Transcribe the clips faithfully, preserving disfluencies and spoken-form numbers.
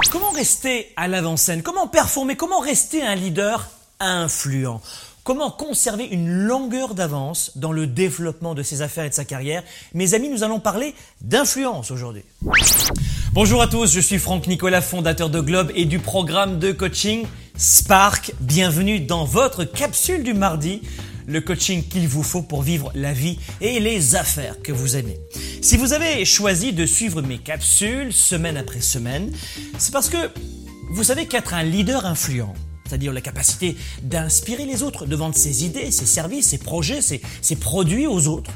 Comment rester à l'avant-scène? Comment performer? Comment rester un leader influent? Comment conserver une longueur d'avance dans le développement de ses affaires et de sa carrière? Mes amis, nous allons parler d'influence aujourd'hui. Bonjour à tous, je suis Franck Nicolas, fondateur de Globe et du programme de coaching Spark. Bienvenue dans votre capsule du mardi, le coaching qu'il vous faut pour vivre la vie et les affaires que vous aimez. Si vous avez choisi de suivre mes capsules semaine après semaine, c'est parce que vous savez qu'être un leader influent, c'est-à-dire la capacité d'inspirer les autres, de vendre ses idées, ses services, ses projets, ses, ses produits aux autres,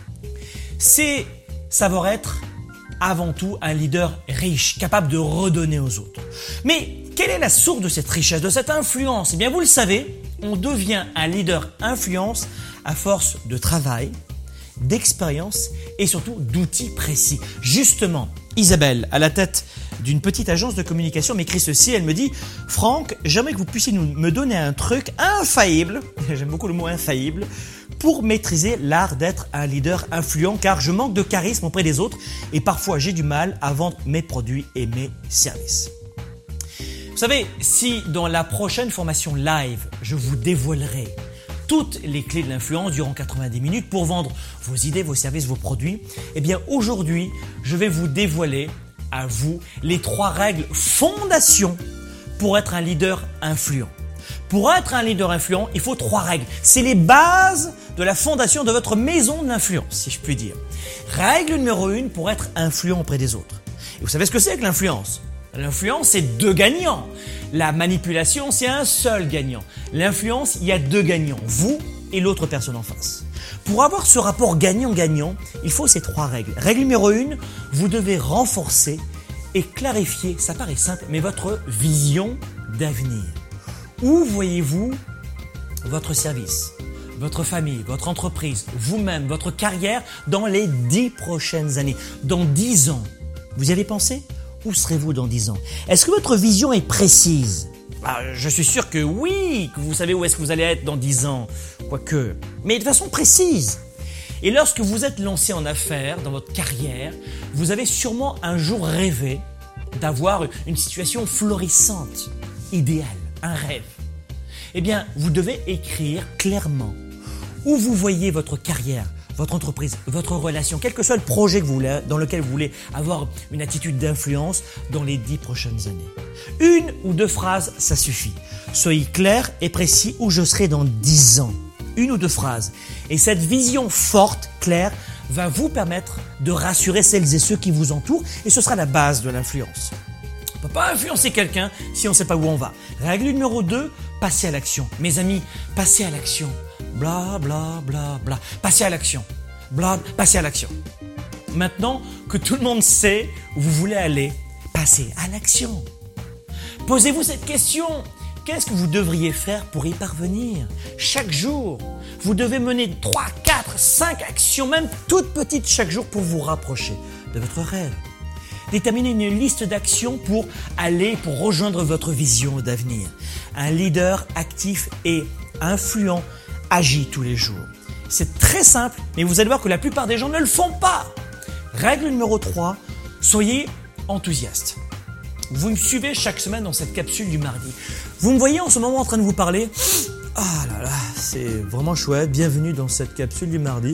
c'est savoir être avant tout un leader riche, capable de redonner aux autres. Mais quelle est la source de cette richesse, de cette influence? Eh bien, vous le savez, on devient un leader influence à force de travail, d'expérience et surtout d'outils précis. Justement, Isabelle, à la tête d'une petite agence de communication, m'écrit ceci, elle me dit « Franck, j'aimerais que vous puissiez nous, me donner un truc infaillible, j'aime beaucoup le mot infaillible, pour maîtriser l'art d'être un leader influent car je manque de charisme auprès des autres et parfois j'ai du mal à vendre mes produits et mes services. » Vous savez, si dans la prochaine formation live, je vous dévoilerai toutes les clés de l'influence durant quatre-vingt-dix minutes pour vendre vos idées, vos services, vos produits, eh bien aujourd'hui, je vais vous dévoiler à vous les trois règles fondations pour être un leader influent. Pour être un leader influent, il faut trois règles. C'est les bases de la fondation de votre maison de l'influence, si je puis dire. Règle numéro une pour être influent auprès des autres. Et vous savez ce que c'est que l'influence? L'influence, c'est deux gagnants. La manipulation, c'est un seul gagnant. L'influence, il y a deux gagnants, vous et l'autre personne en face. Pour avoir ce rapport gagnant-gagnant, il faut ces trois règles. Règle numéro une, vous devez renforcer et clarifier, ça paraît simple, mais votre vision d'avenir. Où voyez-vous votre service, votre famille, votre entreprise, vous-même, votre carrière dans les dix prochaines années, dans dix ans? Vous y avez pensé? Où serez-vous dans dix ans? Est-ce que votre vision est précise? Ah, je suis sûr que oui, que vous savez où est-ce que vous allez être dans dix ans, quoique, mais de façon précise. Et lorsque vous êtes lancé en affaires, dans votre carrière, vous avez sûrement un jour rêvé d'avoir une situation florissante, idéale, un rêve. Eh bien, vous devez écrire clairement où vous voyez votre carrière, votre entreprise, votre relation, quel que soit le projet que vous voulez, dans lequel vous voulez avoir une attitude d'influence dans les dix prochaines années. Une ou deux phrases, ça suffit. Soyez clair et précis où je serai dans dix ans. Une ou deux phrases. Et cette vision forte, claire, va vous permettre de rassurer celles et ceux qui vous entourent et ce sera la base de l'influence. On ne peut pas influencer quelqu'un si on ne sait pas où on va. Règle numéro deux, passez à l'action. Mes amis, passez à l'action. Bla bla bla bla. Passez à l'action. Bla, passez à l'action. Maintenant que tout le monde sait où vous voulez aller, passez à l'action. Posez-vous cette question. Qu'est-ce que vous devriez faire pour y parvenir? Chaque jour, vous devez mener trois, quatre, cinq actions, même toutes petites chaque jour pour vous rapprocher de votre rêve. Déterminez une liste d'actions pour aller, pour rejoindre votre vision d'avenir. Un leader actif et influent agit tous les jours. C'est très simple, mais vous allez voir que la plupart des gens ne le font pas. Règle numéro trois, soyez enthousiaste. Vous me suivez chaque semaine dans cette capsule du mardi. Vous me voyez en ce moment en train de vous parler. Ah là là, c'est vraiment chouette. Bienvenue dans cette capsule du mardi.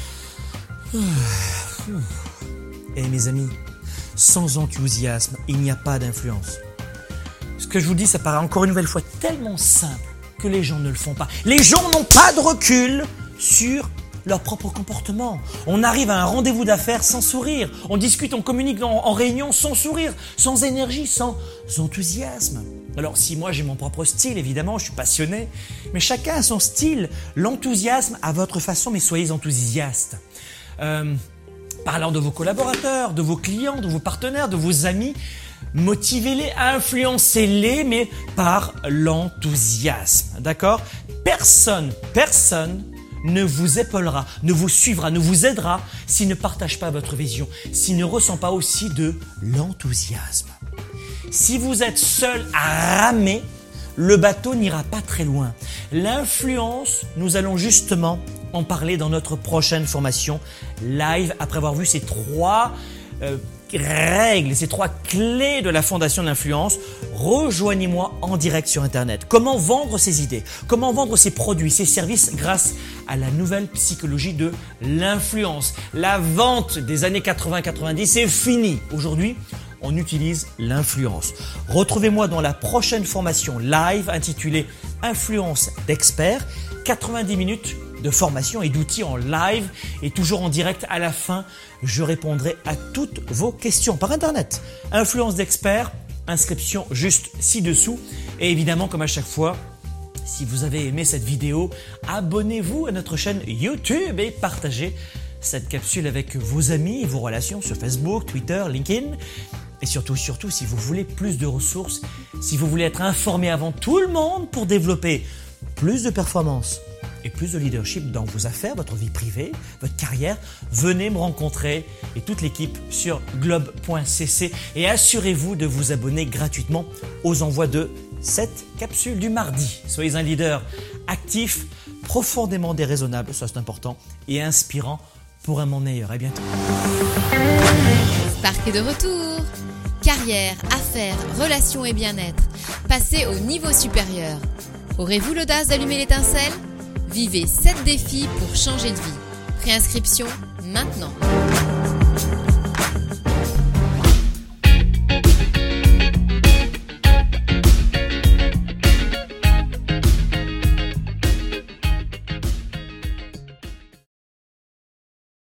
Et mes amis, sans enthousiasme, il n'y a pas d'influence. Ce que je vous dis, ça paraît encore une nouvelle fois tellement simple que les gens ne le font pas. Les gens n'ont pas de recul sur leur propre comportement. On arrive à un rendez-vous d'affaires sans sourire. On discute, on communique en, en réunion sans sourire, sans énergie, sans enthousiasme. Alors si moi j'ai mon propre style, évidemment, je suis passionné, mais chacun a son style. L'enthousiasme à votre façon, mais soyez enthousiastes. Euh, parlant de vos collaborateurs, de vos clients, de vos partenaires, de vos amis, motivez-les, influencez-les, mais par l'enthousiasme. D'accord? Personne, personne ne vous épaulera, ne vous suivra, ne vous aidera s'il ne partage pas votre vision, s'il ne ressent pas aussi de l'enthousiasme. Si vous êtes seul à ramer, le bateau n'ira pas très loin. L'influence, nous allons justement en parler dans notre prochaine formation live après avoir vu ces trois euh, règles, ces trois clés de la fondation de l'influence, rejoignez-moi en direct sur Internet. Comment vendre ses idées, comment vendre ses produits, ses services grâce à la nouvelle psychologie de l'influence. La vente des années quatre-vingts quatre-vingt-dix est finie. Aujourd'hui, on utilise l'influence. Retrouvez-moi dans la prochaine formation live intitulée Influence d'experts, quatre-vingt-dix minutes de formation et d'outils en live et toujours en direct. À la fin, je répondrai à toutes vos questions par Internet. Influence d'experts, inscription juste ci-dessous. Et évidemment, comme à chaque fois, si vous avez aimé cette vidéo, abonnez-vous à notre chaîne YouTube et partagez cette capsule avec vos amis et vos relations sur Facebook, Twitter, LinkedIn. Et surtout, surtout, si vous voulez plus de ressources, si vous voulez être informé avant tout le monde pour développer plus de performance et plus de leadership dans vos affaires, votre vie privée, votre carrière, venez me rencontrer et toute l'équipe sur globe point c c et assurez-vous de vous abonner gratuitement aux envois de cette capsule du mardi. Soyez un leader actif, profondément déraisonnable, ça c'est important, et inspirant pour un monde meilleur. À bientôt. Spark est de retour. Carrière, affaires, relations et bien-être. Passez au niveau supérieur. Aurez-vous l'audace d'allumer l'étincelle ? Vivez sept défis pour changer de vie. Préinscription maintenant.